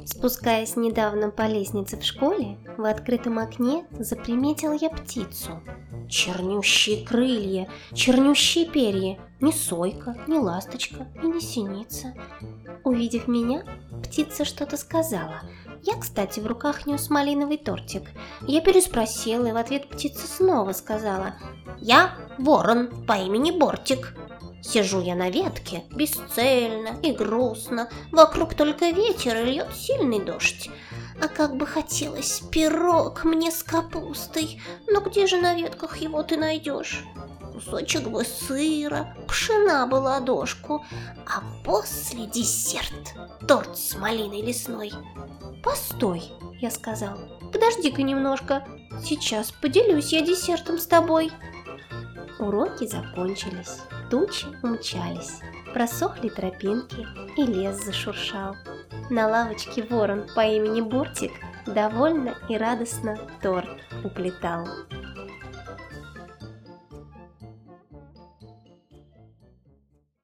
Спускаясь недавно по лестнице в школе, в открытом окне заприметил я птицу. Чернющие крылья, чернющие перья, ни сойка, ни ласточка и ни синица. Увидев меня, птица что-то сказала. Я, кстати, в руках нес малиновый тортик. Я переспросила, и в ответ птица снова сказала: «Я ворон по имени Бортик. Сижу я на ветке, бесцельно и грустно, вокруг только ветер и льет сильный дождь. А как бы хотелось пирог мне с капустой, но где же на ветках его ты найдешь? Кусочек бы сыра, пшена бы ладошку, а после десерт — торт с малиной лесной». «Постой», — я сказал, — «подожди-ка немножко, сейчас поделюсь я десертом с тобой». Уроки закончились, тучи умчались, просохли тропинки, и лес зашуршал. На лавочке ворон по имени Бортик довольно и радостно торт уплетал.